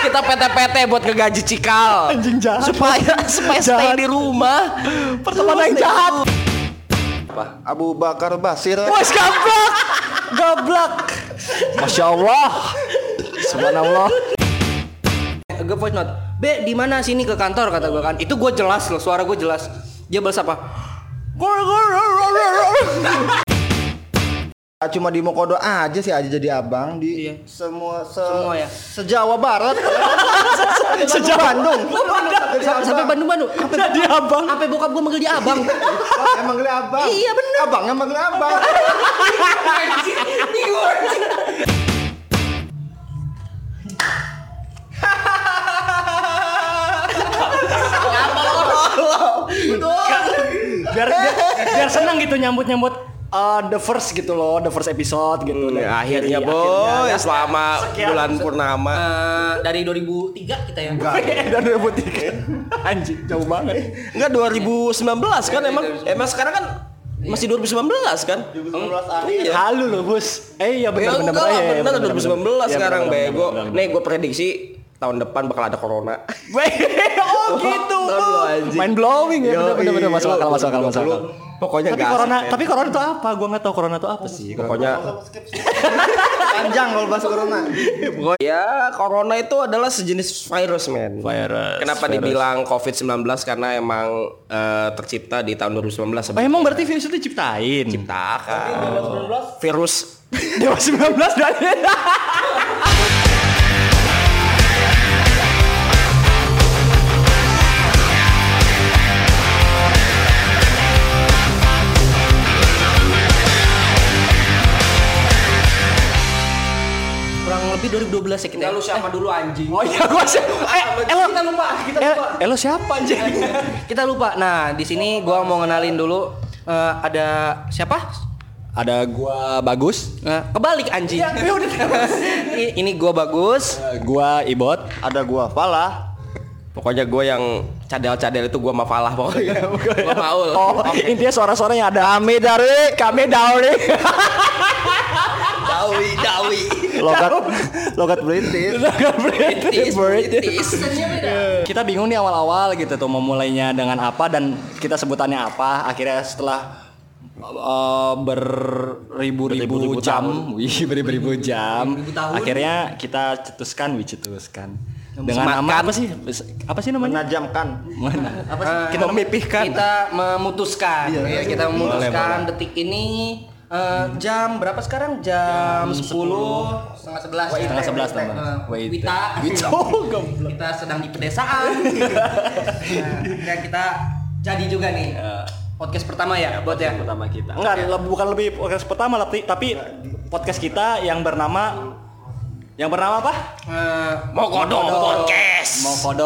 Kita PT-PT buat ngegaji Cikal. Anjing jahat. Supaya stay di rumah. Pertemanan yang jahat. Abu Bakar Basir. Wes gablak. Masya Allah. Subhanallah. Gue voice note. Be, di mana sini ke kantor kata gue kan. Itu gue jelas loh, suara gue jelas. Dia balas apa? Cuma di Mokodo aja sih aja jadi abang di semua ya. Se-Jawa Barat. Sejauh Bandung. Sampai Bandung. Jadi abang. Sampai bokap gue manggil dia abang. Emang manggil abang. Iya bener. Abangnya manggil abang. Biar senang gitu nyambut the first gitu loh, the first episode gitu. Akhirnya boy, selama bulan purnama. Dari 2003 kita ya. Dari 2003. Anjing, jauh banget. Enggak 2019 kan emang sekarang kan masih 2019 kan? 2019 akhir. Iya. Halu loh, Bos. Iya benar. Benar 2019 sekarang bener, bego. bener. Nih gue prediksi tahun depan bakal ada corona. Oh gitu. Mind blowing ya. Bener masuk akal. Pokoknya tapi corona itu apa? Gua enggak tahu corona itu apa sih. Pokoknya Panjang kalau bahas corona. ya corona itu adalah sejenis virus men. Kenapa dibilang COVID-19 karena emang tercipta di tahun 2019. Emang berarti virus itu diciptain? Ciptakan. Virus Dewa 19 dari kurang lebih 2012 ya kita. Lu siapa dulu anjing? Oh iya gua siapa? Kita lupa. Lo siapa anjing? Kita lupa. Nah, di sini gua mau ngenalin dulu ada siapa? Ada gua Bagus. Kebalik anjing. Ini gua Bagus. Gua Ibot. Ada gua Falah. Pokoknya gua yang cadel-cadel itu gua sama Falah pokoknya. Gua Maul. Oh, intinya suara-suaranya ada kami dari Dawi. Logat British. Kita bingung nih awal-awal gitu tuh mau mulainya dengan apa dan kita sebutannya apa. Akhirnya setelah beribu-ribu jam, akhirnya kita cetuskan. Dengan nama apa sih? Apa sih namanya? Menajamkan. Apa sih? Kita memipihkan. Kita memutuskan. Ya, kita memutuskan detik ini jam berapa sekarang? Jam 10 setengah 11 Wita kita sedang di pedesaan. Dan kita jadi juga nih podcast pertama ya buat ya pertama kita. Enggak, bukan lebih podcast pertama tapi podcast kita yang bernama apa? Mokodo Podcast.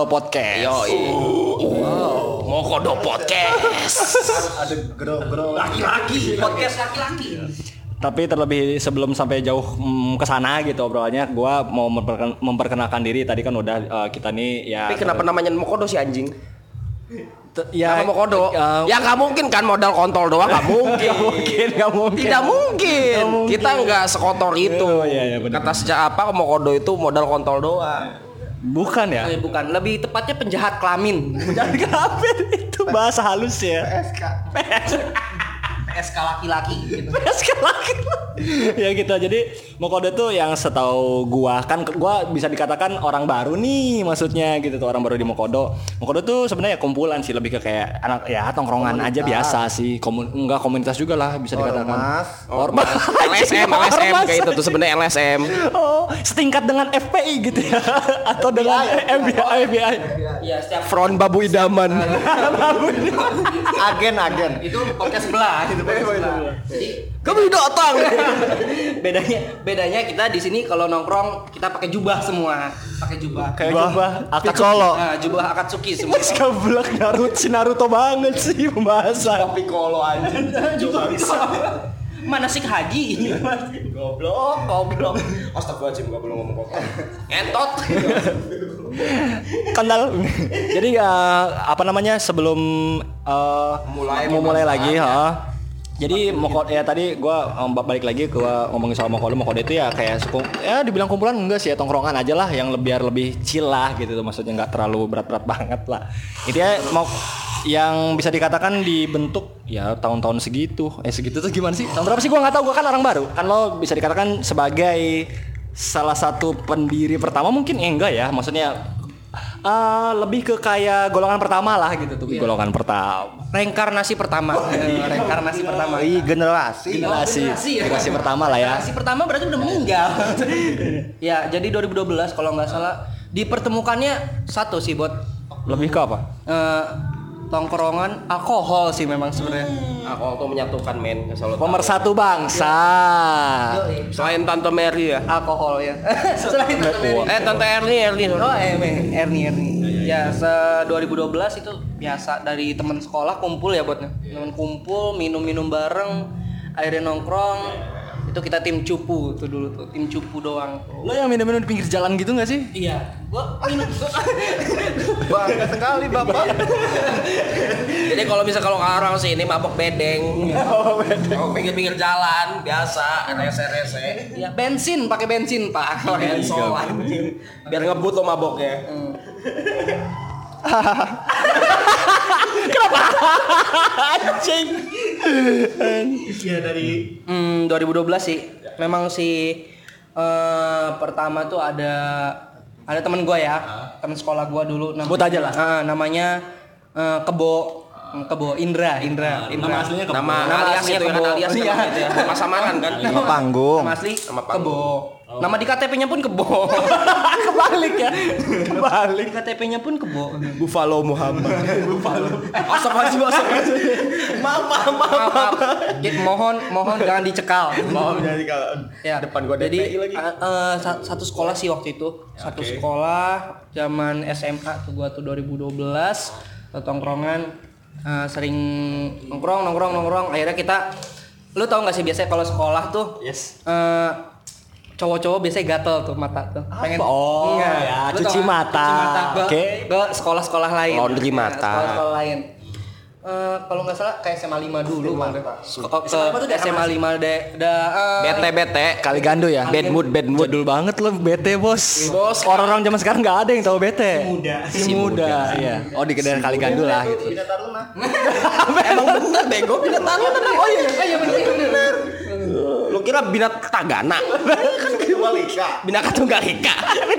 Mokodo Podcast. Ada gero-gero Laki-laki. Podcast laki-laki. Tapi terlebih sebelum sampai jauh ke sana gitu obrolannya, gua mau memperkenalkan diri. Tadi kan udah kita nih ya. Tapi kenapa namanya Mokodo sih anjing? Ya nama Mokodo. Ya nggak mungkin kan modal kontol doang, nggak mungkin. Nggak mungkin. Tidak mungkin. Kita nggak sekotor itu. Iya, bener. Kata sejak apa Mokodo itu modal kontol doang. Bukan ya? Bukan, lebih tepatnya penjahat kelamin. Penjahat kelamin itu bahasa halus ya. PSK laki-laki gitu. PSK laki. Ya gitu. Jadi Mokodo tuh yang setahu gua bisa dikatakan orang baru nih maksudnya gitu tuh, orang baru di Mokodo. Mokodo tuh sebenarnya kumpulan sih, lebih ke kayak anak ya tongkrongan komunitas aja biasa sih. Enggak komunitas juga lah bisa dikatakan. Ormas. LSM kayak itu tuh sebenarnya LSM. Oh, setingkat dengan FPI gitu ya atau dengan FBI. Iya, setiap Front Babu Idaman. Agen. itu podcast sebelah gitu. Jadi kami datang. bedanya kita di sini kalau nongkrong kita pakai jubah semua, Kayak jubah Piccolo. Jubah Akatsuki semua. Keblak Naruto banget sih pembahasan. Piccolo aja. Manasik haji. Goblok. Astagfirullahaladzim, gak boleh ngomong kotor. Entot. Kendal. Jadi sebelum mulai lagi Jadi Mokode ya tadi gua balik lagi ke ngomongin soal Mokode itu ya kayak ya dibilang kumpulan enggak sih ya, tongkrongan aja lah yang lebih chill lah gitu tuh, maksudnya enggak terlalu berat-berat banget lah. Intinya mau yang bisa dikatakan dibentuk ya tahun-tahun segitu. Segitu tuh gimana sih? Tahun berapa sih gua enggak tahu, gua kan orang baru. Kan lo bisa dikatakan sebagai salah satu pendiri pertama mungkin enggak ya, maksudnya lebih ke kayak golongan pertama lah gitu tuh. Golongan pertama. Reinkarnasi pertama. Reinkarnasi pertama. Generasi pertama lah ya. Generasi pertama berarti udah meninggal. Ya, jadi 2012 kalau nggak salah dipertemukannya satu sih buat lebih ke apa? Tongkrongan alkohol sih memang sebenarnya. Alkohol tuh menyatukan men. Pemersatu bangsa. Selain Tante Mary ya. Alkohol ya. Selain Tante Erni. Oh, Erni. Ya, 2012 itu biasa dari teman sekolah kumpul ya buatnya. Teman kumpul, minum bareng, akhirnya nongkrong. Itu kita tim cupu tuh dulu tuh, tim cupu doang. Lo yang minum-minum di pinggir jalan gitu enggak sih? Iya. Gua minum. Bangga sekali Bapak. Jadi kalau orang sini mabok bedeng. Mabok pinggir-pinggir jalan biasa, rese-rese. Ya bensin, pakai bensin, Pak. Pakai bensin. Biar ngebut lo maboknya. Kenapa? Anjing. Ya dari 2012 sih. Memang sih pertama tuh ada teman gue ya, teman sekolah gue dulu. Sebut aja lah. Namanya Kebo Indra. Nama aslinya Kebo. Nama alias itu kan, alias gitu ya. Nama samaran kan. Nama panggung. Nama asli Kebo. Nama di KTP-nya pun Kebo. Kebalik ya. Di KTP-nya pun Kebo. Buffalo Muhammad. Asap aja. Maaf. Mohon jangan dicekal. Ya, Depan gua jadi DPI lagi. satu sekolah sih waktu itu. Satu sekolah zaman SMA tuh gua tuh 2012 tongkrongan sering nongkrong. Akhirnya kita, lu tau nggak sih biasanya kalau sekolah tuh cowok-cowok biasanya gatel tuh mata tuh. Pengen ya, cuci mata. Ke sekolah-sekolah lain. Laundry mata. Sekolah lain. Kalau nggak salah kayak SMA 5 dulu Bang. Ke SMA 5 Bete. Kali Gando ya. Bad mood. Jadul banget lo bete bos. Orang-orang zaman sekarang nggak ada yang tahu bete. Si muda. Iya. Oh di daerah Kali Gando lah gitu. Emang bener bego Binat Taruna. Oh iya bener. Lu kira Binat Tagana? Binat Tunggal Ika.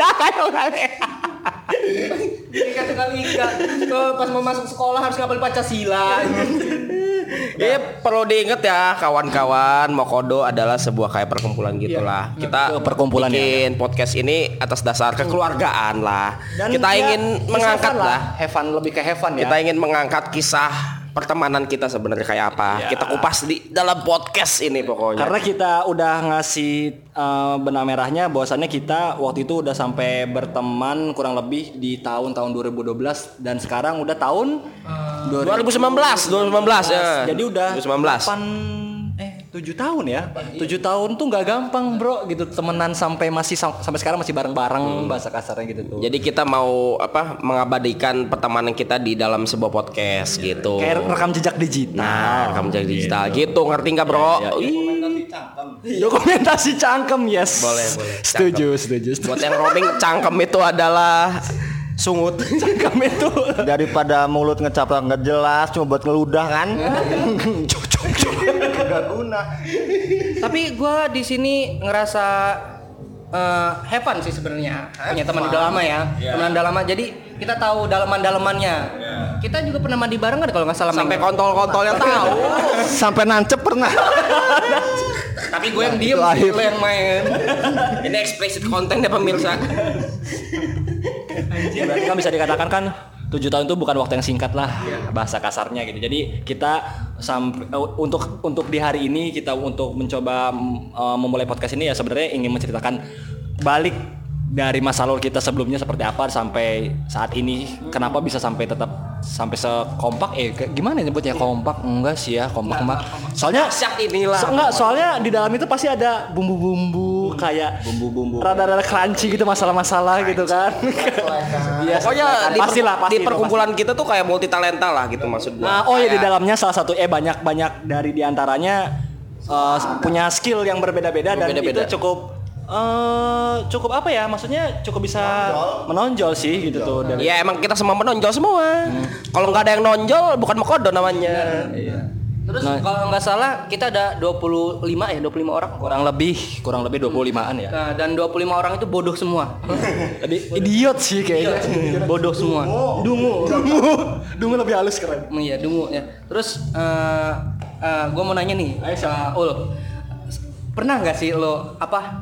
Pas mau masuk sekolah harus ngapalin Pancasila. Perlu diingat ya kawan-kawan, Mokodo adalah sebuah kayak perkumpulan gitulah. Kita perkumpulan bikin podcast ini atas dasar kekeluargaan lah. Dan kita ingin mengangkat lah. Lebih ke Heaven ya. Kita ingin mengangkat kisah pertemanan kita sebenarnya kayak apa. Kita kupas di dalam podcast ini pokoknya. Karena kita udah ngasih benang merahnya bahwasannya kita waktu itu udah sampai berteman kurang lebih di tahun 2012 dan sekarang udah tahun 2019 ya. Jadi udah 2019. 7 tahun ya. 7 tahun tuh nggak gampang bro gitu, temenan sampai sekarang masih bareng-bareng bahasa kasarnya gitu tuh. Jadi kita mau mengabadikan pertemanan kita di dalam sebuah podcast gitu. Kayak rekam jejak digital. Nah, rekam jejak digital gitu, ngerti nggak bro? Dokumentasi cangkem yes. Boleh. Setuju. Buat yang roaming cangkem itu adalah sungut. Cangkem itu Daripada mulut ngecaplak nggak jelas cuma buat ngeludah kan. Gak guna. Tapi gue di sini ngerasa have fun sih sebenarnya. Punya teman udah lama ya. Teman udah lama. Jadi kita tahu dalaman-dalamannya. Kita juga pernah mandi bareng kan kalau nggak salah. Sampai kontol-kontolnya tahu. Sampai nancep pernah. Tapi gue yang diem, lo yang main. Ini explicit konten ya pemirsa. Ya, berarti kan bisa dikatakan kan 7 tahun itu bukan waktu yang singkat lah bahasa kasarnya gitu. Jadi kita sampai untuk di hari ini kita untuk mencoba memulai podcast ini ya sebenarnya ingin menceritakan balik dari masa lalu kita sebelumnya seperti apa sampai saat ini, kenapa bisa sampai tetap sampai sekompak gimana nyebutnya kompak? Enggak sih ya kompak mah. Soalnya Syak inilah. soalnya di dalam itu pasti ada bumbu-bumbu kayak rada-rada crunchy gitu masalah-masalah gitu kan. Iya, pokoknya di perkumpulan kita tuh kayak multi talenta lah gitu maksud gua. Nah, di dalamnya salah satu banyak dari diantaranya punya skill yang berbeda-beda dan itu cukup apa ya, maksudnya cukup bisa menonjol sih gitu tuh. Ya emang kita semua menonjol semua. Kalau nggak ada yang nonjol bukan Mokodo namanya. Iya. Terus kalau nggak salah kita ada 25 orang. Kurang lebih 25-an ya. Nah, dan 25 orang itu bodoh semua. Idiot sih kayaknya. Bodoh semua. Dungu lebih halus keren. Iya, dungu ya. Terus gue mau nanya nih, Ul. Pernah nggak sih lo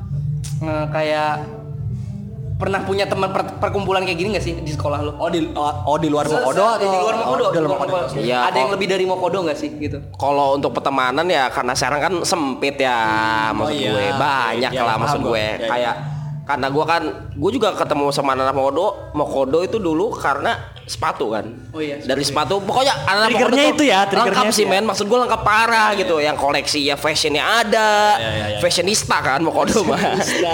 kayak pernah punya teman perkumpulan kayak gini nggak sih di sekolah lo? Di luar Mokodo atau di luar Mokodo? Ya, ada yang lebih dari Mokodo nggak sih gitu? Kalau untuk pertemanan ya karena sekarang kan sempit ya, maksud gue banyak lah maksud gue. Kayak karena gue juga ketemu sama anak Mokodo itu dulu karena sepatu kan. Oh iya. Dari sepatu pokoknya anak Mokodo tuh lengkap sih men, maksud gue lengkap parah gitu. Yang koleksi ya fashionnya ada, fashionista kan Mokodo mah.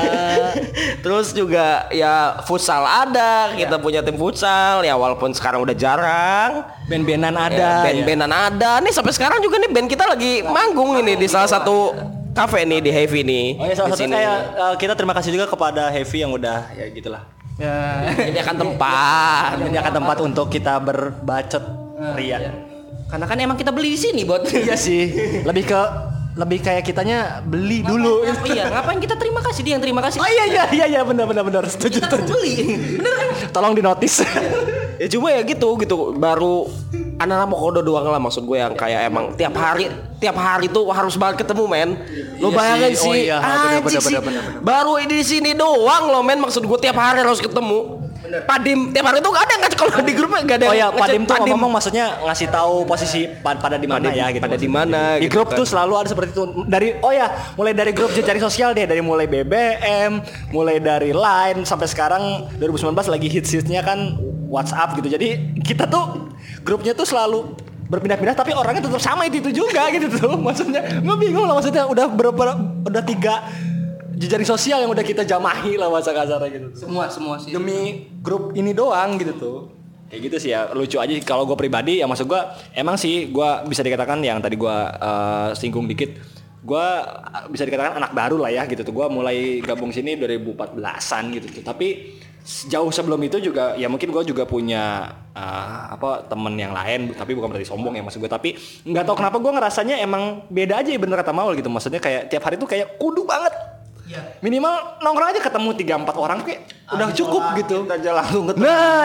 Terus juga ya futsal ada, kita punya tim futsal ya walaupun sekarang udah jarang. Band-bandan ada. Band-bandan ada. Nih sampai sekarang juga nih band kita lagi manggung ini di salah satu kafe nih di Heavy nih. Oh ya salah satu kayak kita terima kasih juga kepada Heavy yang udah ya gitulah. Ya, menyediakan tempat untuk kita berbacot ria. Ya. Karena kan emang kita beli di sini, Bot. Iya sih. Lebih kayak kitanya beli dulu. Iya, ngapain kita terima kasih dia yang terima kasih. Oh iya benar. Setuju. Beli. Bener kan? Tolong dinotis. Ya cuma ya gitu baru anak-anak Mokodo doang lah maksud gue yang kayak emang tiap hari tuh harus banget ketemu men. Lo bayangin sih, bener. Baru di sini doang lo men, maksud gue tiap hari harus ketemu. Bener. Padim tiap hari tuh gak ada kalau di grupnya gak ada. Oh ya Padim tuh ngomong maksudnya ngasih tahu posisi pada di mana ya gitu. Pada di mana? Di grup tuh selalu ada seperti itu. Mulai dari grup jejaring sosial deh, dari mulai BBM, mulai dari Line sampai sekarang 2019 lagi hits-hitsnya kan WhatsApp gitu. Jadi kita tuh grupnya tuh selalu berpindah-pindah tapi orangnya tetap sama itu juga gitu tuh. Maksudnya gue bingung lah, maksudnya udah 3 jejaring sosial yang udah kita jamahi lah bahasa kasarnya gitu. Semua sih. Demi grup ini doang gitu tuh. Kayak gitu sih ya, lucu aja kalau gue pribadi ya, maksud gue emang sih gue bisa dikatakan yang tadi gue singgung dikit, gue bisa dikatakan anak baru lah ya gitu tuh. Gue mulai gabung sini 2014an gitu tuh. Tapi jauh sebelum itu juga ya mungkin gue juga punya temen yang lain, tapi bukan berarti sombong ya maksud gue. Tapi nggak tahu kenapa gue ngerasanya emang beda aja ya, bener kata Maul gitu. Maksudnya kayak tiap hari tuh kayak kudu banget. Ya. Minimal nongkrong aja ketemu 3-4 orang kayak udah cukup gitu. Kita aja langsung ketemu. Nah,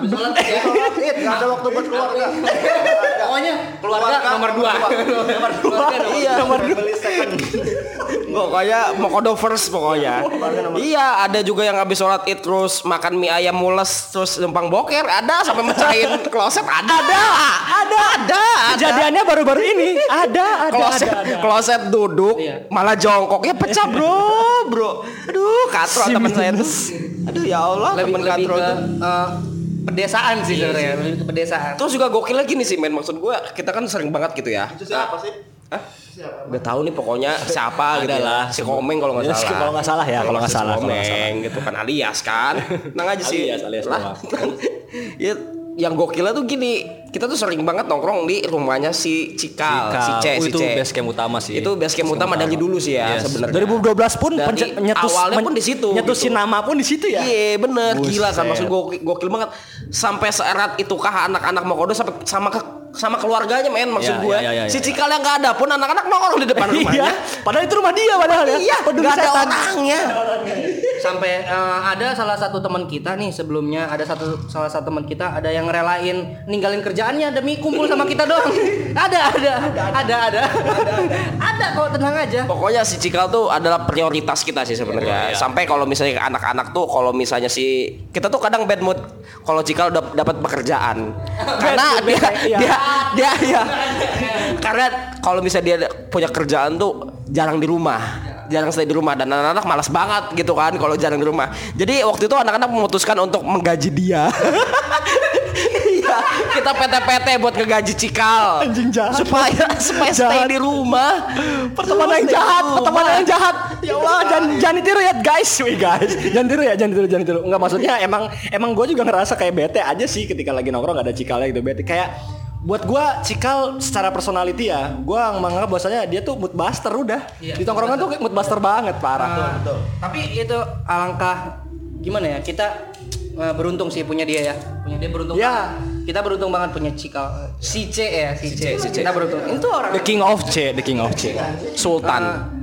nggak ada waktu buat keluarga. Pokoknya keluarga nomor 2. Iya. Nomor 2. Pokoknya Mokodo first pokoknya. Iya, ada juga yang habis sholat Id terus makan mie ayam mules terus numpang boker, ada sampai mecahin kloset, ada. Kejadiannya baru-baru ini ada. Kloset duduk malah jongkok, ya pecah bro. Aduh, katro teman saya tuh. Aduh ya Allah, teman katro ke pedesaan sih sebenarnya, lebih ke pedesaan. Terus juga gokil lagi nih sih men, maksud gue kita kan sering banget gitu ya. Itu siapa sih? Udah tahu nih pokoknya siapa gitu lah, si Komeng kalau nggak salah. Kalau nggak salah ya, kalau nggak salah. Komeng gitu kan, alias kan. Nang aja sih. Alias lah. Ya yang gokilnya tuh gini, kita tuh sering banget nongkrong di rumahnya si Cikal. Itu base camp utama sih. Itu base camp utama dari dulu sih ya sebenarnya. 2012 pun awalnya pun di situ. Nyetusin gitu. nama pun di situ ya. Iya bener, gila kan, maksud gokil banget. Sampai seerat itukah anak-anak Mokodo sampai sama keluarganya men, maksud gue. Si Cikal yang nggak ada pun anak-anak nongkrong di depan rumahnya. Padahal itu rumah dia padahal ya. Iya, nggak ada orangnya. Sampai ada salah satu teman kita nih sebelumnya, salah satu teman kita ada yang ngerelain ninggalin kerjaannya demi kumpul sama kita doang. Ada kok, tenang aja. Pokoknya si Cikal tuh adalah prioritas kita sih sebenarnya. Sampai kalau misalnya anak-anak tuh, kalau misalnya kita tuh kadang bad mood kalau Cikal udah dapat pekerjaan. Karena dia karena kalau misalnya dia punya kerjaan tuh jarang di rumah. Jarang stay di rumah dan anak-anak malas banget gitu kan kalau jarang di rumah. Jadi waktu itu anak-anak memutuskan untuk menggaji dia. Iya, kita PT-PT buat ngegaji Cikal. Anjing jahat. Supaya stay di rumah. Pertemanan yang jahat. Ya Allah, jangan ditiru ya guys. Jangan tiru. Enggak, maksudnya emang gue juga ngerasa kayak bete aja sih ketika lagi nongkrong gak ada Cikalnya gitu. Bete kayak buat gue Cikal secara personality ya, gue menganggap bahwasanya dia tuh mood buster udah. Di tongkrongan tuh mood buster banget parah. Betul. Tapi itu alangkah gimana ya, kita beruntung sih punya dia ya. Punya dia beruntung. Ya. Kita beruntung banget punya Cikal. Si C. Kita beruntung. Itu orang The King of C. Sultan.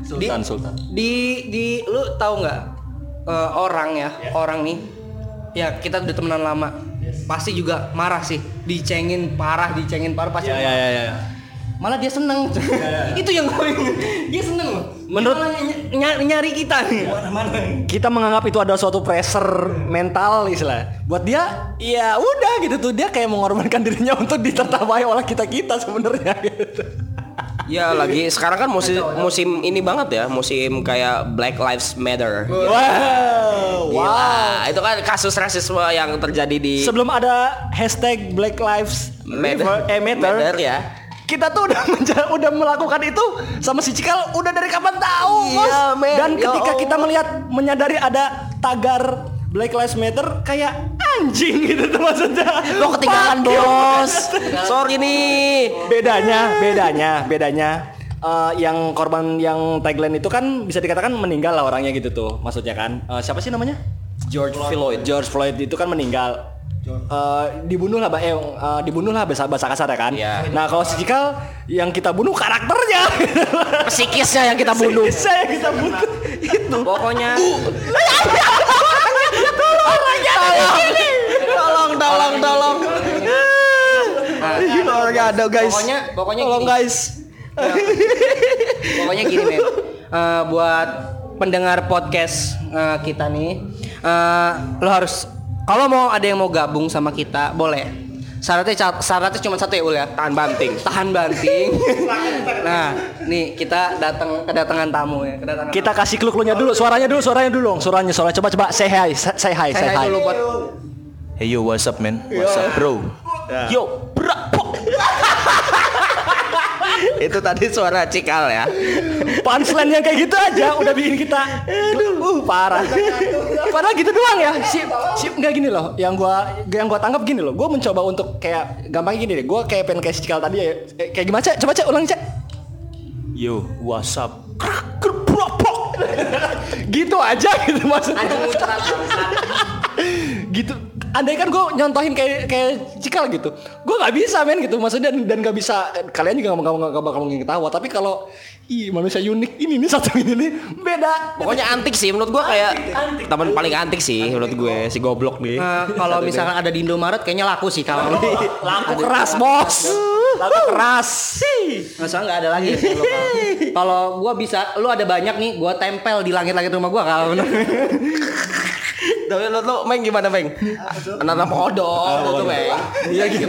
Di lu tahu nggak orang nih ya, kita udah temenan lama, pasti juga marah sih, dicengin parah pasti. Ya. Malah dia seneng. Itu yang gue dia seneng loh. Menurut nyari kita nih. Kita menganggap itu adalah suatu pressure mental istilah. Buat dia ya udah gitu tuh, dia kayak mengorbankan dirinya untuk ditertawai oleh kita sebenarnya gitu. Ya lagi sekarang kan musim ini banget ya, musim kayak Black Lives Matter. Wow. Itu kan kasus rasisme yang terjadi di Sebelum ada hashtag Black Lives Matter ya. Kita tuh udah melakukan itu sama si Cikal udah dari kapan tahu, Bos. Iya, men. Dan ketika kita menyadari ada tagar Black Lives Matter kayak anjing gitu tuh maksudnya. Lo ketinggalan, Bos. Sorry nih. Bedanya yang korban yang tagline itu kan bisa dikatakan meninggal lah orangnya gitu tuh. Maksudnya kan siapa sih namanya? George Floyd itu kan meninggal. Dibunuh lah bahasa kasar ya kan. Yeah. Nah kalau si Cikal yang kita bunuh karakternya, psikisnya yang kita bunuh. Itu Pokoknya tolong. Orangnya ada guys. Pokoknya tolong gini. guys. Pokoknya gini men. Buat pendengar podcast kita nih, lo harus, kalau mau ada yang mau gabung sama kita boleh. Syaratnya cuma satu ya Ul ya. Tahan banting. Nah, nih kita kedatangan tamu ya. Kita kasih clue-nya dulu, suaranya dulu. Coba say hi. Say hi dulu buat. Hey yo, what's up man? What's up bro? Yo, bro. Itu tadi suara Cikal ya. punchline yang kayak gitu aja udah bikin kita parah. Padahal gitu doang ya. Si enggak gini loh. Yang gua tangkap gini loh. Gua mencoba untuk kayak gampang gini deh. Gua kayak pengen kayak si Cikal tadi ya. Kayak gimana, Cek? Coba Cek ulang, Cek. Yo, what's up? Gitu aja gitu maksudnya. Gitu. Andai kan gue nyontohin kayak Cikal gitu, gue nggak bisa men gitu maksudnya, dan nggak bisa, kalian juga nggak bakal mungkin ketawa. Tapi kalau manusia unik ini satu ini nih beda. Pokoknya antik sih menurut gue, kayak teman paling antik sih menurut gue si goblok nih. Kalau misalkan ada di Indomaret kayaknya laku sih kalau laku keras bos. Lagu keras. Masa nggak ada lagi. Kalau gue bisa, lu ada banyak nih, gue tempel di langit-langit rumah gue kalau bener. Tapi lo Meng gimana Meng? Anak kodok tuh Meng. Iya gitu.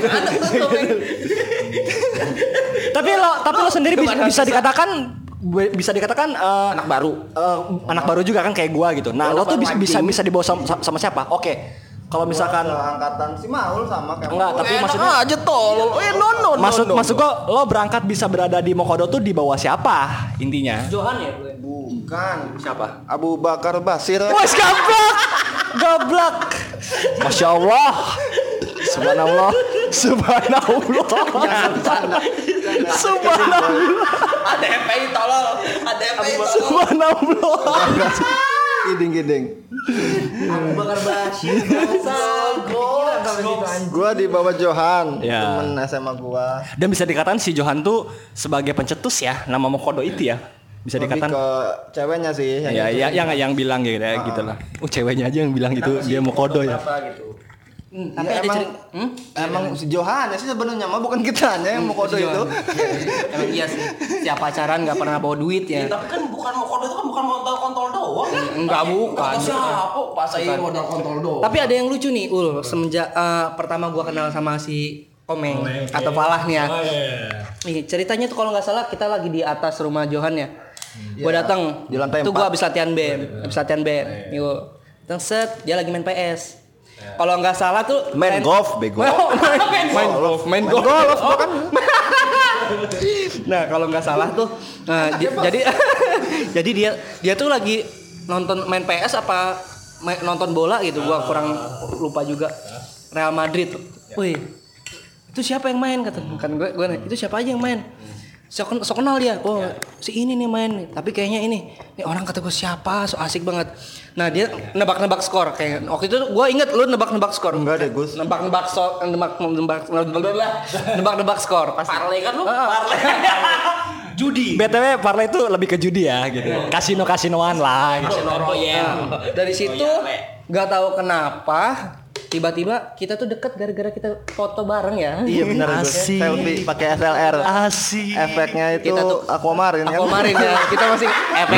Tapi lo sendiri bisa dikatakan anak baru. Anak baru juga kan kayak gua gitu. Nah, lo tuh bisa dibawa sama siapa? Oke. Kalau misalkan angkatan si Maul sama kayak enggak, tapi maksudnya aja tolol. Maksud gua lo berangkat bisa berada di Mokodo tuh di bawah siapa intinya? Johan ya? Bukan. Siapa? Abu Bakar Basir. Wes gablak. Masya Allah. Subhanallah. Ada FPI tolol. Subhanallah. Giding. Abu Bakar Basir. Gua di bawah Johan, Ya. temen SMA gua. Dan bisa dikatakan si Johan tuh sebagai pencetus ya nama Mokodo itu ya. Bisa Lebih dikatakan ke ceweknya sih. yang bilang gitu ya gitu lah. Ceweknya aja yang bilang gitu dia Mokodo ya. Tapi Ya, ada emang si Johan ya sih sebenarnya mah, bukan kitanya yang mau kode itu. Emang iya sih. Siap pacaran nggak pernah bawa duit ya. Tapi kan bukan mau kode itu kan bukan modal kontol doang. Enggak, bukan. Siapa pasain modal kontol doang. Tapi ada yang lucu nih Ul, semenjak pertama gua kenal sama si Komeng atau Falah nih ya. Nih ceritanya tuh kalau nggak salah kita lagi di atas rumah Johan ya. Gua datang di lantai itu 4. gua habis latihan band. Yuk. Datang set, dia lagi main PS. Kalau nggak salah tuh Main golf, bego. main golf bukan. Nah, kalau nggak salah tuh jadi dia tuh lagi nonton main PS apa nonton bola gitu. Gua kurang lupa juga. Real Madrid. Wih. Itu siapa yang main kata kan gue itu siapa aja yang main? So kenal dia. Oh, si ini nih main nih. Tapi kayaknya ini orang kata gue siapa? So asik banget. Nah, dia nebak-nebak skor kayak waktu itu gue inget lu nebak-nebak skor. Enggak deh, Gus. Nebak-nebak skor. Parlay kan lu? Judi. BTW parlay itu lebih ke judi ya gitu. Kasino-kasinoan lah gitu. Dari situ nggak tahu kenapa tiba-tiba kita tuh deket gara-gara kita foto bareng ya. Iya benar Gus. Selfie pakai SLR. Asik. Efeknya itu Kita tuh aquamarine kan. Aquamarine ya. Kita masih efek.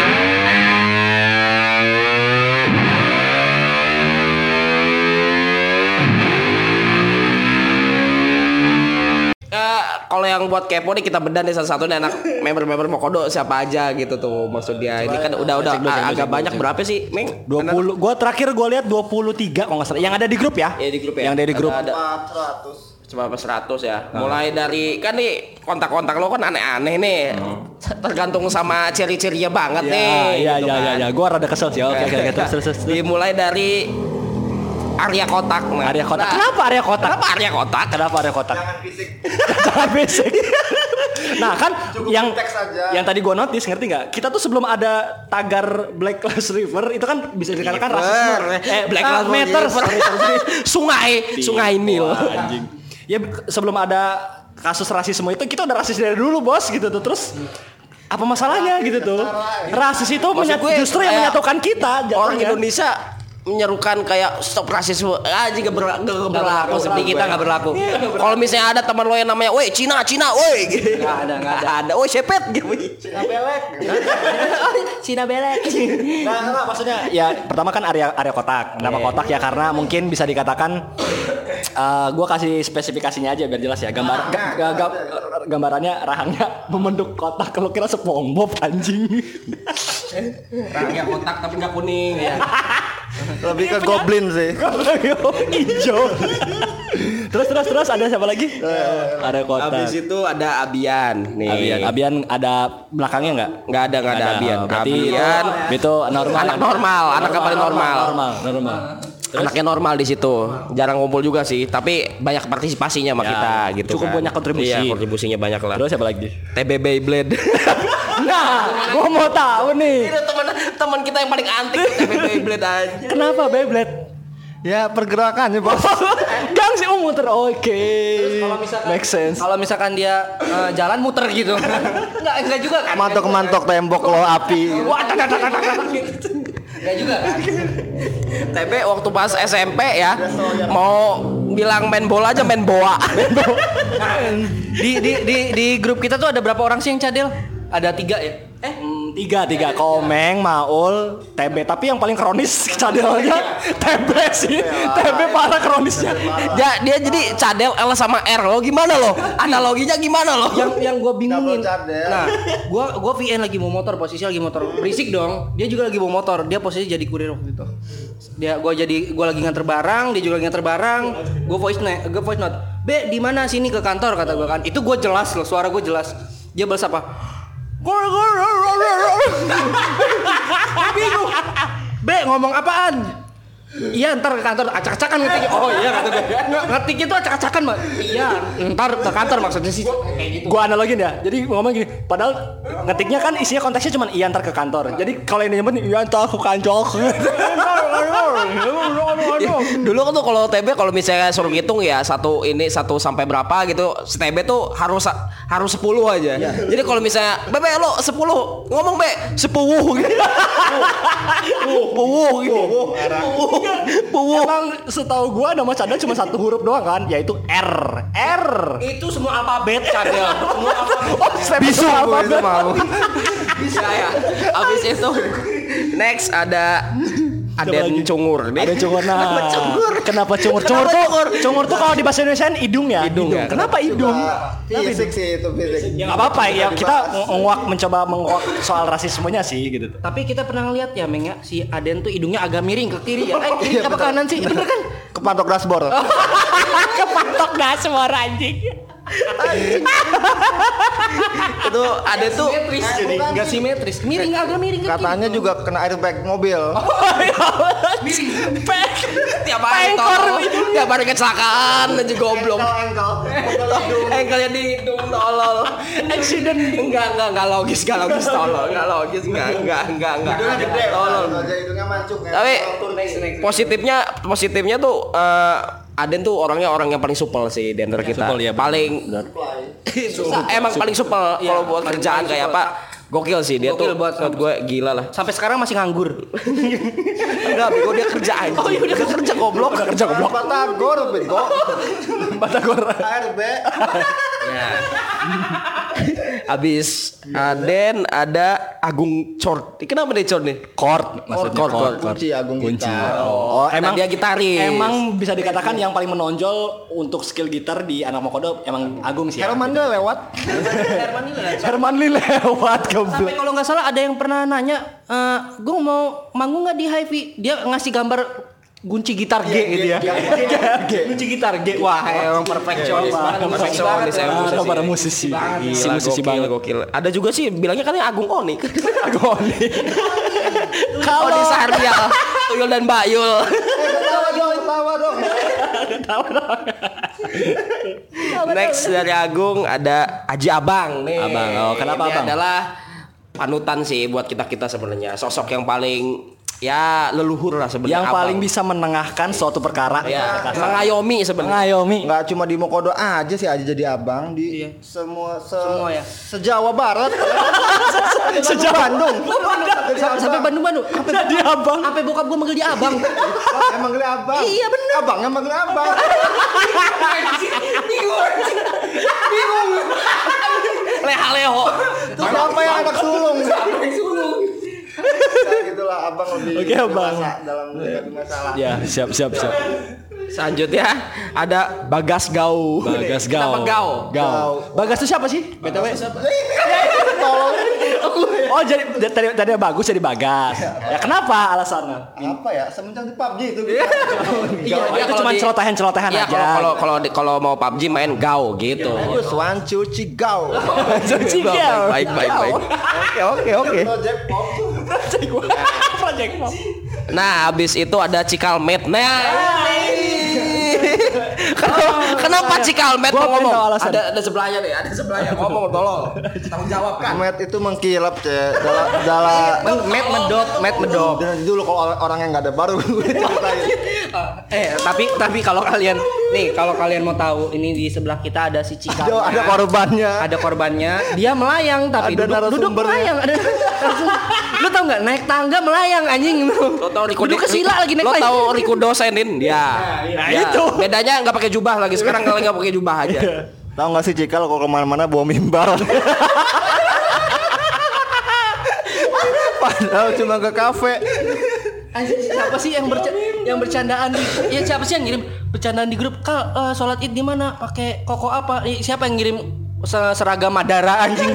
Kalau yang buat kepo nih kita bedah nih satu-satu nih anak member-member Mokodo siapa aja gitu tuh maksud dia. Ini kan udah agak banyak berapa sih, Meng? 20. Gua terakhir gua lihat 23 kalau enggak salah. Yang ada di grup ya? Iya di grup ya. Yang ada di grup. Ada 400. cuma 100 ya. Mulai dari kan nih kontak-kontak lo kan aneh-aneh nih. Tergantung sama ciri-cirinya banget nih. Iya, gitu iya, kan. iya. Gua rada kesel sih. Oke, terus. Dimulai dari Arya Kotak. Nah. Arya Kotak. Kenapa Arya Kotak? Kenapa Arya Kotak? Jangan fisik. Jangan basic. Nah kan Cukup yang teks aja. yang tadi gue notice ngerti nggak? Kita tuh sebelum ada tagar Black Lives River itu kan bisa dikatakan rasisme. Black Lives Matter. Sungai Nil. Anjing. Ya sebelum ada kasus rasisme itu kita udah rasis dari dulu bos gitu tuh terus. Apa masalahnya gitu tuh? Rasis itu justru yang menyatukan kita. Orang jatuhnya. Indonesia menyerukan kayak stop rasisme aja gak berlaku Seperti kita nggak berlaku. Kalau misalnya ada teman lo yang namanya woi Cina woi Nggak ada. woi sepet gitu Cina belek. Nah, maksudnya ya pertama kan area kotak. Nama kotak ya karena mungkin bisa dikatakan gue kasih spesifikasinya aja biar jelas ya. Gambarannya rahangnya membentuk kotak. Kalau kira SpongeBob anjing. rahangnya kotak tapi nggak kuning ya. Lebih ke goblin sih. Hijau. Terus ada siapa lagi? Ada kotak. Habis itu ada Abian nih. Abian ada belakangnya nggak? Nggak ada Abian. Berarti Abian itu normal. anak normal, anak yang paling normal. Normal. Anaknya normal di situ. Jarang ngumpul juga sih, tapi banyak partisipasinya sama kita gitu. Cukup kan. banyak kontribusi. Iya, kontribusinya banyak lah. Terus siapa lagi? TB Beyblade. Nah, gua mau tahu nih. Itu teman kita yang paling antik TB Beyblade aja. Kenapa Beyblade? Ya pergerakannya bos. Gang sih muter. Oke. Make sense. Kalau misalkan dia jalan muter gitu. Enggak juga kan. Mantok tembok lo api. Wah, enggak juga kan. TB waktu pas SMP ya mau bilang main bola aja main boa. Di grup kita tuh ada berapa orang sih yang cadel? Ada 3 ya? Tiga Komeng, Maul, TB. Tapi yang paling kronis cadelnya TB sih. TB parah kronisnya. Dia jadi cadel L sama R lo gimana lo? Analoginya gimana lo? Yang gue bingungin. Double cadel. Nah, gue VN lagi mau motor, posisi lagi motor. Berisik dong. Dia juga lagi mau motor. Dia posisi jadi kurir waktu itu. Gue lagi nganter barang, dia juga lagi nganter barang. Gue voice note. Be, di mana sini ke kantor kata gue kan. Itu gue jelas loh, suara gue jelas. Dia balas apa? Bingung. Be, ngomong apaan? Iya, ntar ke kantor acak-acakan ngetik. Oh iya kata gue. Ngetik itu acak-acakan, Mbak. Iya, ntar ke kantor maksudnya sih kayak gitu. Gua analogin ya. Jadi ngomong gini, padahal ngetiknya kan isinya konteksnya cuma iya ntar ke kantor. Jadi kalau ini nyebut iya ntar ke kantor. Dulu kan tuh kalau TB kalau misalnya suruh ngitung ya 1 sampai berapa gitu, si TB tuh harus 10 aja. Jadi kalau misalnya Bebe lo 10, ngomong Be 10 gitu. Emang setahu gua nama cadel cuma 1 huruf doang kan, yaitu R. Itu semua alfabet cadel. Semua alfabet. Bisu Itu mau. Bisa ya. Abis itu next ada Aden Cungur nih. Aden Cungur. Nah, kenapa Cungur? Cungur tuh kalau di bahasa Indonesia hidung ya. Ya. Kenapa hidung? Fisik sih itu fisik. Ya nggak apa-apa ya, kita mencoba menguak soal rasismenya sih gitu. Tapi kita pernah lihat ya Meng ya, si Aden tuh hidungnya agak miring ke kiri ya. Kiri apa kanan sih? Bener kan? Kepatok dashboard. Kepatok dashboard anjing. Itu ada tuh Simetris jadi enggak simetris. Miring agak miring ke kiri. Katanya juga kena airbag mobil. tiap hari tolol. Tiap hari kecelakaan aja goblok. Engkelnya di hidung tolol. Accident. Enggak logis tolol. Enggak logis. Tolol. Hidungnya mancung ya. Tapi positifnya tuh Aden tuh orang yang paling supel sih di antara kita. Supel, ya, paling emang paling supel kalau buat kerjaan kayak apa. Gokil sih dia tuh buat gue gila lah. Sampai sekarang masih nganggur. Enggak, bego dia kerja aja. Oh, udah kerja goblok. Batagor bego. Batagor. ARB. Ya. Abis Aden ada Agung Cort. Kenapa nih Cort nih? Chord maksudnya chord. Kunci Agung Kunci. gitar. Oh, Emang dia gitaris. Emang bisa dikatakan yang paling menonjol untuk skill gitar di anak Mokodo emang Agung sih. Herman dia lewat. Herman Lee lewat Sampai kalau nggak salah ada yang pernah nanya, gue mau manggung nggak di Hi-Fi? Dia ngasih gambar kunci gitar G gitu ya. Kunci gitar G. Wah, emang perfeksionis banget. Para musisi. Si musisi banget gokil. Ada juga sih bilangnya katanya Agung Onik. Agung Oni. Kalau di Sahrial, Tuyul dan Bayul. Tawa dong. Next dari Agung ada Aji Abang nih. Abang. Oh, kenapa Ini Abang? adalah panutan sih buat kita sebenarnya. Sosok yang paling ya leluhur lah sebenarnya. Yang Abang. paling bisa menengahkan suatu perkara. Ya, mengayomi sebenarnya. Mengayomi. Enggak cuma di Mokodo aja sih aja jadi abang di semua ya. se-Jawa Barat. Sejak Bandung. Sampai Bandung. Jadi abang. Sampai bokap gue manggil dia abang. Emang manggil abang. Iya bener. Abang yang manggil abang. Leha-leho. Terus apa yang anak sulung? Ya gitulah abang lebih Oke, Abang. dewasa dalam menghadapi masalah. Ya, siap. Selanjutnya ada Bagas Gau. Bagas Kenapa Gau. Gau? Bagas itu siapa sih? BTW. Oh, jadi tadi bagus jadi Bagas. Ya kenapa alasannya? Apa ya? Semenjak di PUBG itu. Iya, itu cuma celotehan Iya, aja. kalau mau PUBG main Gau gitu. Terus one cuci gau. Cuci Gau. Baik. Oke. Project Pop. Nah, habis itu ada Cikalmet. Nah, kenapa Cikalmet Gua mau ngomong? tahu alasan. Ada sebelahnya nih, ngomong tolong. Tanggung jawab kan. Met itu mengkilap ya dalam Met medok. Dan dulu kalau orang yang nggak ada baru gue ceritain. Tapi kalau kalian mau tahu, ini di sebelah kita ada si Cika. Ada korbannya. Ada korbannya. Dia melayang tapi Ada duduk narasumbernya. melayang. Lu tau nggak naik tangga melayang anjing lu. Lo tau Riko Duduk ke sila lagi naik Lo tangga. tau Riko dosenin dia. Nah, Ya. itu. Bedanya nggak pakai jubah lagi. Sekarang kalau nggak pakai jubah aja. Tahu nggak sih Cikal kalau kemana-mana bawa mimbar? Padahal cuma ke kafe. Anjing, siapa sih yang bercandaan di siapa sih yang ngirim bercandaan di grup? Sholat Id di mana? Pakai koko apa? Siapa yang ngirim seragam Madara anjing?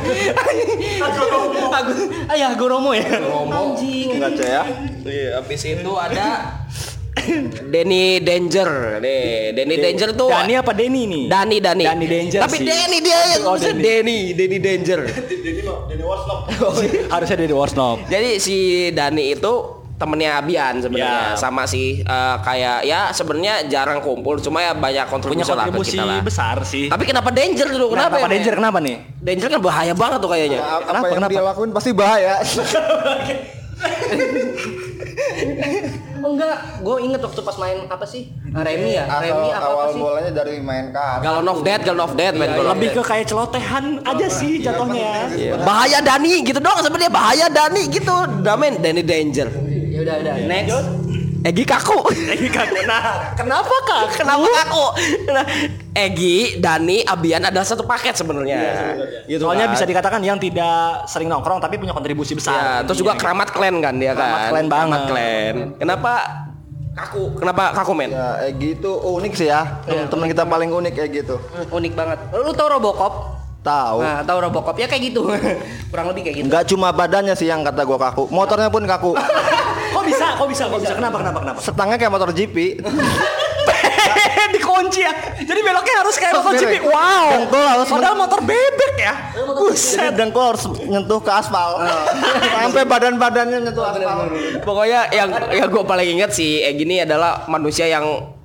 Ayah Goromo ya. Anjing. Enggak ya? Habis itu ada Denny Danger. Nih, Denny Danger tuh Dani apa Denny nih? Dani. Dani Danger Tapi sih. Denny dia yang Oh, Denny Danger. Harusnya dari Warsnop. Jadi si Dani itu temennya Abian sebenarnya, Ya. sama sih kayak ya sebenarnya jarang kumpul, cuma ya banyak Punya kontribusi lah ke kontribusi kita lah. besar sih. Tapi kenapa Danger dulu? Kenapa? Kenapa ya, Danger? Men? Kenapa nih? Danger kan bahaya banget tuh kayaknya. Apa yang dia lakuin pasti bahaya. Enggak, gue inget waktu pas main apa sih? Remi ya? Remi apa Awal sih? bolanya dari main kart. Galon of Death main Galon of Lebih Death. ke kayak celotehan aja sih jatuhnya ya. Iya. Bahaya Dani gitu doang sebenarnya, bahaya Dani gitu. Damen Danny Danger. Ya udah. Next. Egi kaku. Nah, kenapa Kak? Kenapa kaku? Nah, Egi, Dani, Abian adalah satu paket sebenarnya. Gitu soalnya bisa dikatakan yang tidak sering nongkrong tapi punya kontribusi Ya, besar. terus juga keramat klan kan dia kan. Keramat clan banget. Keramat clan. Kenapa kaku? Kenapa kaku men? Ya Egi itu unik sih ya. Teman kita paling unik Egi itu. Unik banget. Lu tau Robocop? Tahu. Nah, tahu Robocop ya kayak gitu. Kurang lebih kayak gitu. Enggak cuma badannya sih yang kata gua kaku, motornya pun kaku. Kok bisa? Kenapa? Setangnya kayak motor GP. Dikunci ya. Jadi beloknya harus kayak motor Harus GP. belok. Wow. Dengkul harus Padahal motor bebek ya. Jadi Buset. dengkul harus nyentuh ke aspal. Sampai badan-badannya nyentuh aspal. Pokoknya yang gue paling ingat sih gini adalah manusia yang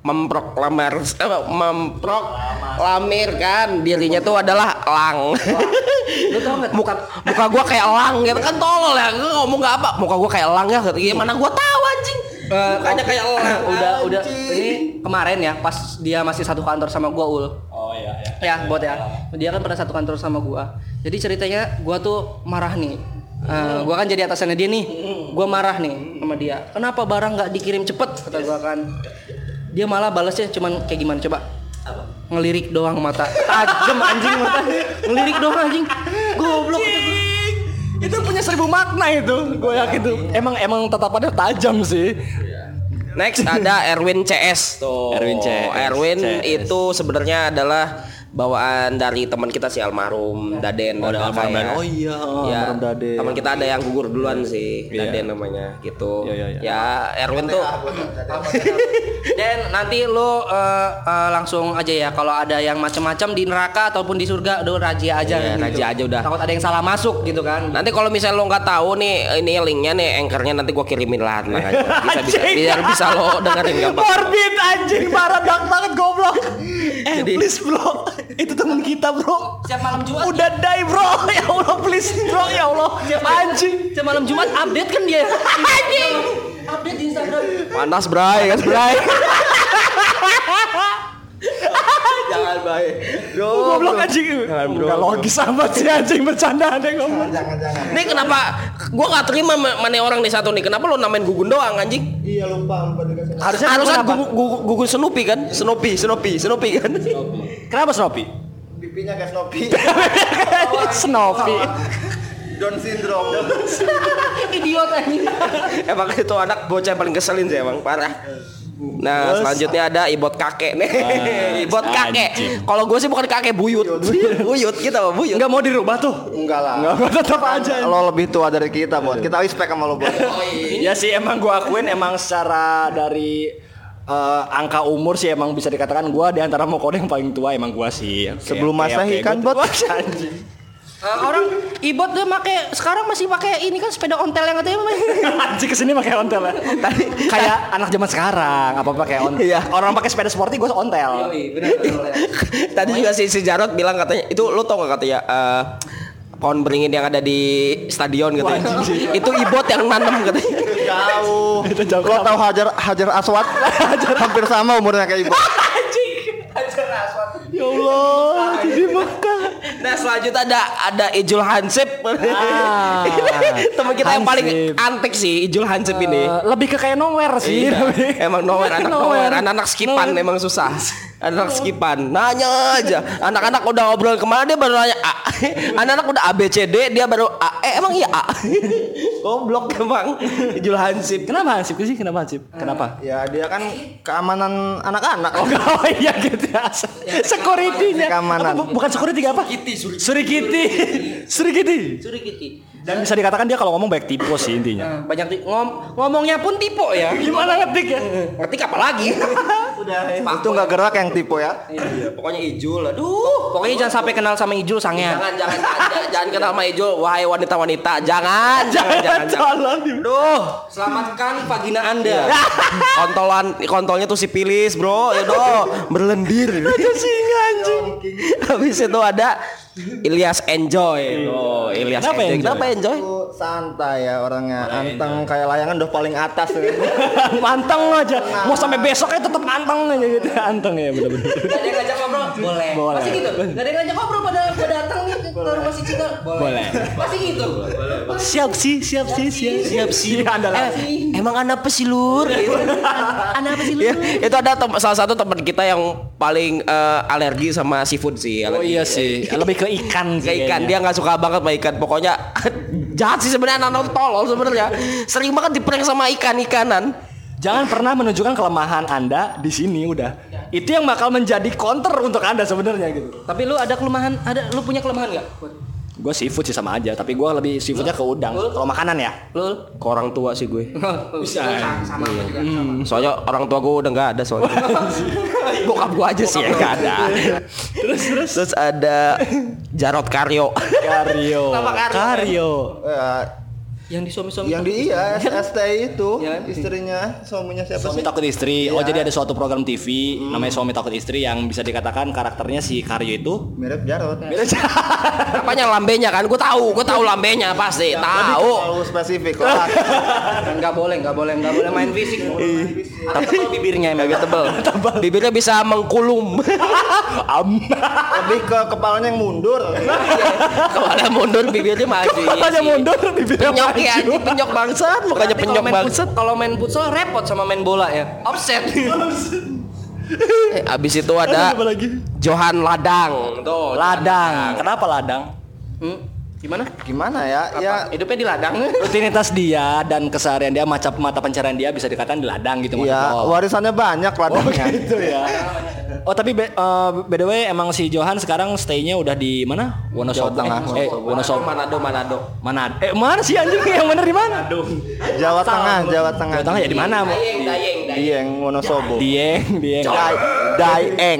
memproklamirkan dirinya tuh adalah elang. Lu tau nggak? Muka gue kayak elang gitu kan, tolol ya. Gue ngomong nggak apa, muka gue kayak elang ya. Gimana gue tahu anjing? Mukanya kayak elang. Udah ini kemarin ya pas dia masih satu kantor sama gua Ul. Oh iya. Ya buat ya. Dia kan pernah satu kantor sama gua. Jadi ceritanya gua tuh marah nih. Gua kan jadi atasannya dia nih. Gua marah nih sama dia. Kenapa barang nggak dikirim cepet? Kata gua kan. Dia malah balasnya cuman kayak gimana coba? Ngelirik doang mata. Tajem anjing matanya. Ngelirik doang anjing. Goblok itu. Itu punya 1000 makna itu. Gue yakin tuh. Emang tatapannya tajam sih. Next ada Erwin CS tuh. Erwin CS. Erwin itu sebenarnya adalah bawaan dari teman kita si almarhum Daden. Oh iya, ya, almarhum Daden. teman kita ada yang gugur duluan sih, Daden namanya gitu. Iya. Ya Erwin tuh. Dan nanti lo langsung aja ya kalau ada yang macam-macam di neraka ataupun di surga, udah raja aja. Iya, raja aja udah. Takut ada yang salah masuk gitu kan. Nanti kalau misalnya lo nggak tahu nih ini linknya nih, anchornya nanti gua kirimin lah, tenang aja. Biar bisa lo dengerin gampang. Morbid anjing, parah banget goblok. Please bro, itu teman kita bro. Siap malam Jumat. Udah die bro, ya Allah please bro, ya Allah. Anjing. Siap malam Jumat update kan dia. Anjing. Update di Instagram. Panas bray, kan bray. Jangan bray. Goblok anjing. Enggak logis amat sih anjing bercanda ada ngomong. Jangan. Nih kenapa gua nggak terima mana orang nih satu nih? Kenapa lo namain Gugun doang anjing? Iya lupa dikasih. Harusnya Gugun Snoopy kan? Snoopy kan? Kenapa Snoopy? Pipinya kayak Snoopy. Snoopy. Down syndrome. Idiot anjing. Emang itu anak bocah yang paling keselin sih emang parah. Nah selanjutnya ada ibot kakek nih. Ibot kakek. Kalau gue sih bukan kakek, buyut. Buyut kita apa buyut? Enggak mau dirubah tuh. Enggak lah. Enggak tetap aja. Lo lebih tua dari kita, Bot. Kita respect sama lo, Bot. Ya sih emang gua akuin emang secara dari angka umur sih emang bisa dikatakan gua di antara Mokodo yang paling tua emang gua sih. Sebelum Masehi kan, Bot? Anjing. Orang ibot dia make sekarang masih pakai ini kan sepeda ontel yang katanya. Anjing kesini pakai ontel ya. Tadi kayak anak zaman sekarang apa pakai ontel. Iya. Orang pakai sepeda sporty gua ontel. Bener. Tadi juga si Jarod bilang katanya itu lo tau gak katanya pohon beringin yang ada di stadion katanya. Itu ibot yang nanam katanya. Jauh. Itu jauh. Lo tahu Hajar Aswad? Hampir sama umurnya kayak Ibu. Ya Allah, di Mekah. Nah selanjutnya ada Ijul Hansip. Teman kita yang paling antik sih Ijul Hansip ini. Lebih ke kayak nowhere sih. Emang nowhere, anak skipan emang susah. Anak skipan nanya aja. Anak-anak udah ngobrol kemana dia baru nanya A. Anak-anak udah ABCD dia baru A. Emang iya A. Goblok emang Ijul Hansip. Kenapa Hansip sih? Kenapa Hansip? Kenapa? Ya dia kan keamanan anak-anak. Oh iya gitu ya. Security-nya. Keamanan. Bukan security apa? Surikiti. Dan bisa dikatakan dia kalau ngomong baik tipe sih intinya. Banyak ngomongnya pun tipe ya. Gimana ngetik ya? Ngetik apa lagi? Itu nggak gerak yang tipe ya. Iya, pokoknya Ijul. Aduh. Pokoknya jangan sampai kenal sama Ijul sangnya. Jangan kenal sama Ijul. Wahai wanita-wanita, jangan. Duh, selamatkan vagina Anda. Kontolnya tuh sipilis, bro. Ya doh, berlendir. Itu singa anjing. Habis itu ada Ilyas Enjoy. Oh, Ilyas Kenapa Enjoy. Enjoy? Kenapa Enjoy? tuh santai ya orangnya, anteng kayak layangan udah paling atas. Manteng aja. Mau sampai besoknya tetap manteng aja gitu. Anteng ya bener-bener. Gak ada yang ngajak ngobrol? Boleh. Masih gitu? Gak ada yang ngajak ngobrol pada datang nih ke rumah si Cika? Boleh. Masih gitu? Siap sih. Andalan. Emang anda apa sih lur? Anda apa sih lur? Itu ada salah satu teman kita yang paling alergi sama seafood sih. Oh iya sih. Lebih ke ikan sih. Ke ikan, dia nggak suka banget sama ikan. Pokoknya jahat sih sebenarnya, anak tolol sebenarnya. Sering banget diprank sama ikan-ikanan. Jangan pernah menunjukkan kelemahan Anda di sini udah. Itu yang bakal menjadi counter untuk Anda sebenarnya gitu. Tapi lu ada kelemahan, lu punya kelemahan enggak? Gue seafood sih sama aja, tapi gue lebih seafoodnya ke udang. Kalau makanan ya, Lu Ke orang tua sih gue. bisa sama juga. Soalnya orang tua gue udah nggak ada soalnya. Bokap gue aja sih yang nggak ada. Terus ada Jarod Karyo. Karyo. Yang di suami-suami. Yang di STI itu istrinya, suaminya siapa Suami sih? Takut Istri. Oh jadi ada suatu program TV namanya Suami Takut Istri yang bisa dikatakan karakternya si Karyo itu Mirip Jarod. Apanya lambenya kan? Gue tahu lambenya pasti. Tahu. Terlalu spesifik lah. Enggak boleh main fisik. Tapi bibirnya emang agak tebel. Bibirnya bisa mengkulum. Lebih ke kepalanya yang mundur. Kepala mundur, bibirnya maju. Kepalanya mundur, bibirnya Penyok ya, anjing, penyok bangsat, mukanya penyok bangsat. Kalau main futsal repot sama main bola ya. Offset. Abis itu ada Johan Ladang. Tuh, Ladang. Kenapa ladang? Gimana ya? Ya Hidupnya di ladang. Rutinitas dia dan keseharian dia, mata pencarian dia bisa dikatakan di ladang gitu iya, maksudnya. warisannya banyak ladangnya. Gitu ya. Oh tapi by the way emang si Johan sekarang stay-nya udah di mana? Wonosobo. Wonosobo. Manado. Mana? Mana sih anjing yang bener di mana? Jawa Tengah. Jawa Tengah ya di mana? Dieng Wonosobo. Dieng. Daeng.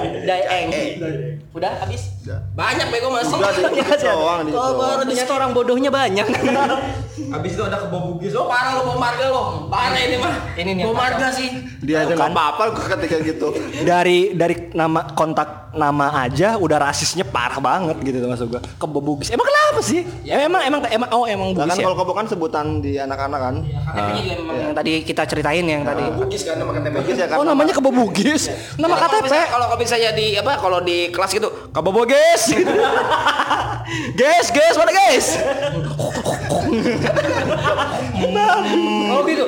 Udah habis? Banyak bego masih. Doang di situ. Ternyata orang bodohnya banyak. Abis itu ada Kebo Bugis. Oh parah lo, Marga lo. Parah ini mah. Ini nih. Marga sih. Dia aja nggak apa-apa ketika gitu. Dari nama kontak nama aja udah rasisnya parah banget gitu tuh maksud gua. Kebo Bugis. Emang kenapa sih? Emang Bugis Kan ya? kalau Kebo kan sebutan di anak-anak kan. KTP-nya juga memang yang tadi kita ceritain yang tadi. Bugis kan nama KTP. Bugis ya kan. Oh namanya Kebo Bugis. Nama KTP. Kalau misalnya di kalau di kelas gitu, Kebo Bugis. Guys, mana guys? Oh gitu.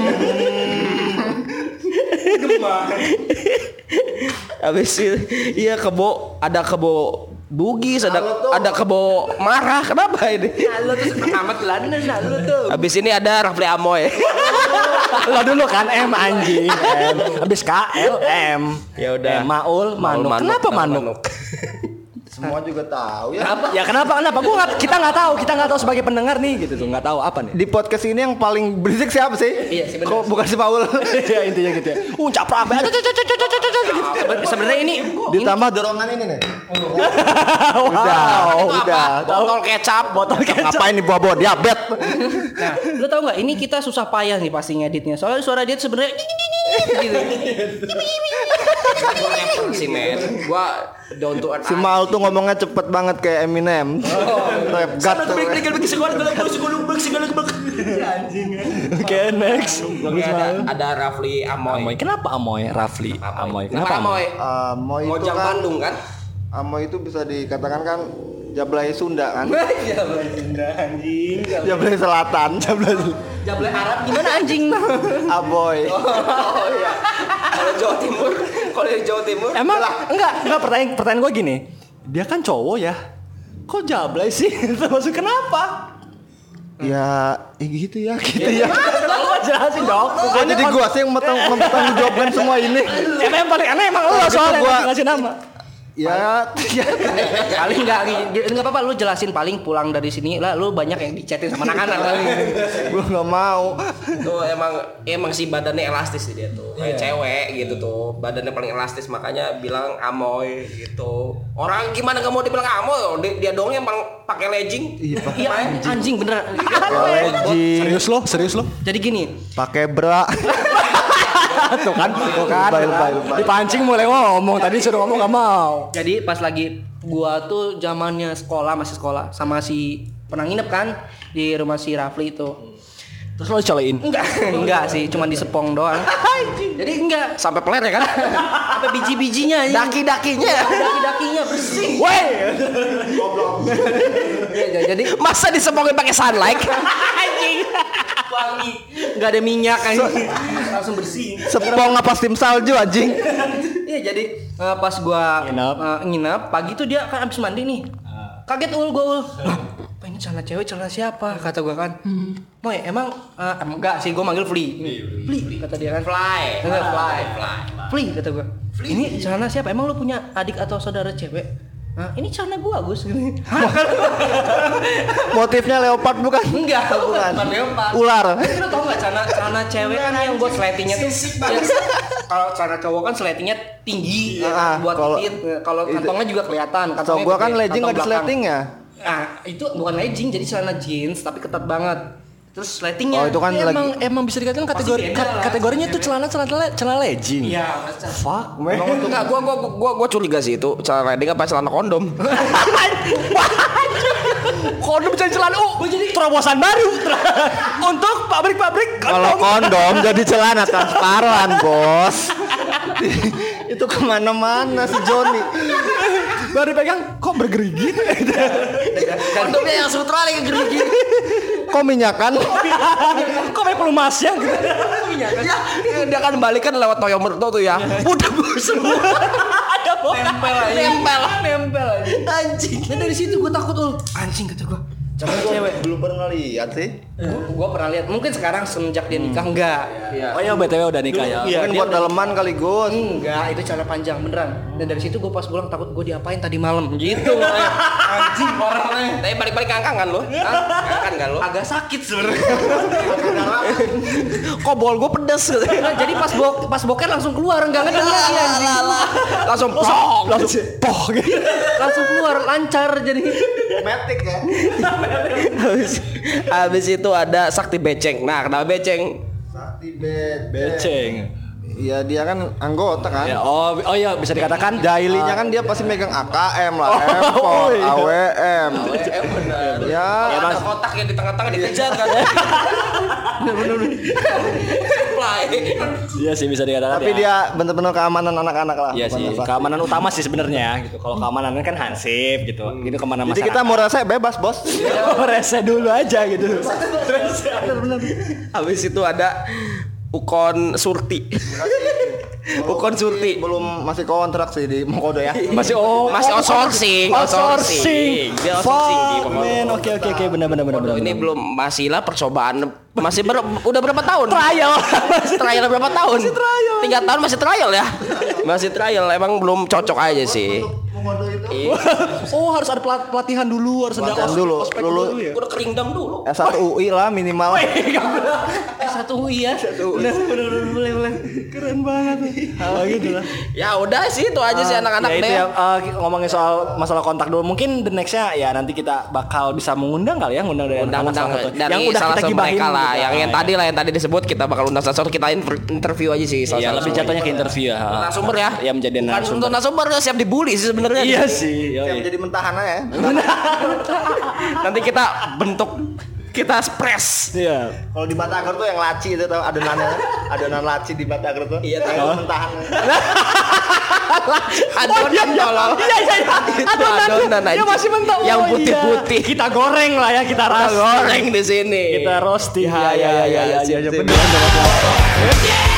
Habis iya ada Kebo Bugis, ada Kebo marah. Kenapa ini? Lu tuh amat London lu tuh. Habis ini ada Rafli Amoy. Lo dulu kan M anjing. M. Habis KL M. Ya udah. Maul Manuk. Kenapa Manuk? Semua juga tahu ya. Ya kenapa? Kita nggak tahu sebagai pendengar nih gitu tuh nggak tahu apa nih. Di podcast ini yang paling berisik siapa sih? Iya sih, bener. Kok bukan si Paul? Ya intinya gitu ya. Caprak. Sebenarnya ini Ditambah dorongan ini nih. Wow. Udah. Botol kecap. Ngapain nih bawa diabetes? Nah, lu tahu nggak? Ini kita susah payah nih pasti ngeditnya. Soalnya suara dia sebenarnya gitu. Si men, gua down to earth. Si Mal tuh ngomongnya cepet banget kayak Eminem. Rap god tuh. Oke, next. Ada Rafli Amoy. Kenapa Amoy? Rafli Amoy. Kenapa Amoy? Amoy itu Mojang kan Bandung kan? Amoy itu bisa dikatakan kan Jablay Sunda kan? Jablay Sunda anjing. Jablay Selatan. Jablay Arab gimana anjing? Aboy. Oh iya. Kalau Jawa Timur, Emang enggak pertanyaan gue gini. Dia kan cowok ya. Kok Jablay sih? Maksud kenapa? Ya, gitu ya. Tolong jelasin dong. Kok jadi gua sih yang mempertanggungjawabkan semua ini? Emang yang paling aneh emang lo soalnya gua- ngasih nama. Ya, Paling enggak apa-apa lu jelasin paling pulang dari sini lah lu banyak yang dichatin sama anak-anak kali. gua nggak mau. tuh emang si badannya elastis sih dia tuh. Kayak cewek gitu tuh. Badannya paling elastis makanya bilang Amoy gitu. Orang gimana enggak mau dibilang Amoy? Dia dong yang pakai legging. Iya anjing bener. Serius lo? Jadi gini, Pakai bra. Tuh kan. Lebay. Dipancing mulai ngomong. Tadi suruh ngomong nggak mau. jadi pas lagi gua tuh zamannya masih sekolah sama si pernah nginep kan di rumah si Rafli itu. Terus lo colein? Enggak sih, cuma di Sepong doang. Jadi enggak Sampai peler ya kan? sampai biji-bijinya ini. Daki-dakinya. Daki-dakinya bersih. Weh, Ya, jadi masa disepongin pakai sunlight? wangi. Enggak ada minyak kan. Langsung bersih. Sepong apa steam salju anjing? Iya, jadi pas gua nginep, pagi tuh dia kan abis mandi nih. Kaget gua ul. Apa ini celana cewek, celana siapa? Kata gua kan. Moy, emang enggak sih, gua manggil Fli kata dia kan. Fly. Fli kata gua. Ini celana siapa? Emang lu punya adik atau saudara cewek? Nah, ini celana gua, Gus. Motifnya leopard bukan? Enggak, bukan leopard. Ular. Lu tau gak celana cewek kan yang buat sletingnya tuh ya, kalau celana cowok kan sletingnya tinggi buat titit. Kalau kantongnya juga kelihatan. So gua kan legging enggak ada sletingnya. Nah, itu bukan legging, jadi celana jeans tapi ketat banget. Terus sletingnya. Oh, itu kan emang bisa dikatakan kategorinya tuh celana legging. Iya, Fuck, man. Enggak, gua curiga sih itu celana legging apa celana kondom. Kondom jadi celana jadi terobosan baru untuk pabrik-pabrik Kalau kondom jadi celana transparan, Bos. Itu kemana-mana si Joni. baru pegang kok bergerigi. Kondomnya yang sutra lagi gerigi. Kok minyakan? Kok kayak pelumasnya gitu. Ya, dia kan balik kan lewat Toyo Merto tuh ya. Udah semua. Ada nempel aja. Anjing. Dan dari situ gue takut anjing kata gue. Tapi cewek belum pernah lihat sih. Gue pernah lihat. Mungkin sekarang semenjak dia nikah enggak. Oh ya BTW udah nikah ya. Mungkin buat daleman kali, Gus. Enggak, itu celana panjang beneran. Dan dari situ gue pas pulang takut gue diapain tadi malam. Gitu. Anjing orangnya. Tapi balik-balik ngangkang kan lo? Ngangkang kan lo? Agak sakit sebenarnya. Kok bol gue pedes gitu. Jadi pas boker langsung keluar enggak ngedel lagi anjing. Langsung poh gitu. Langsung keluar lancar jadi. Matic ya. Habis itu ada Sakti Beceng. Nah, kenapa Beceng? Sakti Beceng. Iya, dia kan anggota kan. Ya, oh ya bisa dikatakan Daily-nya kan dia pasti megang AKM lah, Empor, AWM. Ya, Ada kotak yang di tengah-tengah dikejar kan. iya sih bisa dikatakan. tapi dia bener-bener keamanan anak-anak lah. Iya sih, keamanan utama sih sebenarnya gitu. Kalau keamanannya kan hansip gitu. Gitu kemana Jadi kita mau rasa bebas, Bos. rese dulu aja gitu. Habis itu ada Ukon Surti. Ukon Surti. Belum masih kontrak sih di Mokodo ya. Masih outsourcing. Dia outsourcing di Mokodo. Men, oke benar. Ini belum masih lah percobaan. Masih udah berapa tahun? Trial berapa tahun? Masih trial. 3 tahun masih trial ya. Masih trial, emang belum cocok aja sih. Mokodo itu Oh, harus ada pelatihan dulu, harus ada Pelatihan dulu. ospek Lulu. dulu ya. Udah keringdam dulu. S1 UI lah minimal. Satu UI ya. Bener boleh. Keren banget. Oh gitu lah. Ya udah sih itu aja sih anak-anak Ya itu deh. ya ngomongin soal masalah kontak dulu. Mungkin the nextnya ya nanti kita bakal bisa mengundang kali ya, ngundang dari anak-anak Undang-undang salah satu. dari yang udah salah kita satu gibahin mereka lah. gitu. Yang tadi disebut kita bakal undang satu kita interview aja sih. Iya, lebih jatuhnya ke interview ya. narasumber ya. Ya menjadi Bukan narasumber. untuk narasumber siap dibully sih sebenarnya. Iya sih. Yang jadi mentahan aja ya. Nanti kita bentuk kita spres. Iya. Kalau di Batagor tuh yang laci itu tau adonannya. Adonan laci di Batagor tuh. Iya, Yang tahu. mentahan. Adonan tolol. Iya. Itu adonan aja. Dia masih mentah. Yang Oh, iya. putih-putih. Kita goreng lah ya, kita roasting. Goreng di sini. Kita roasting. Iya, Ya, iya, benar. sip.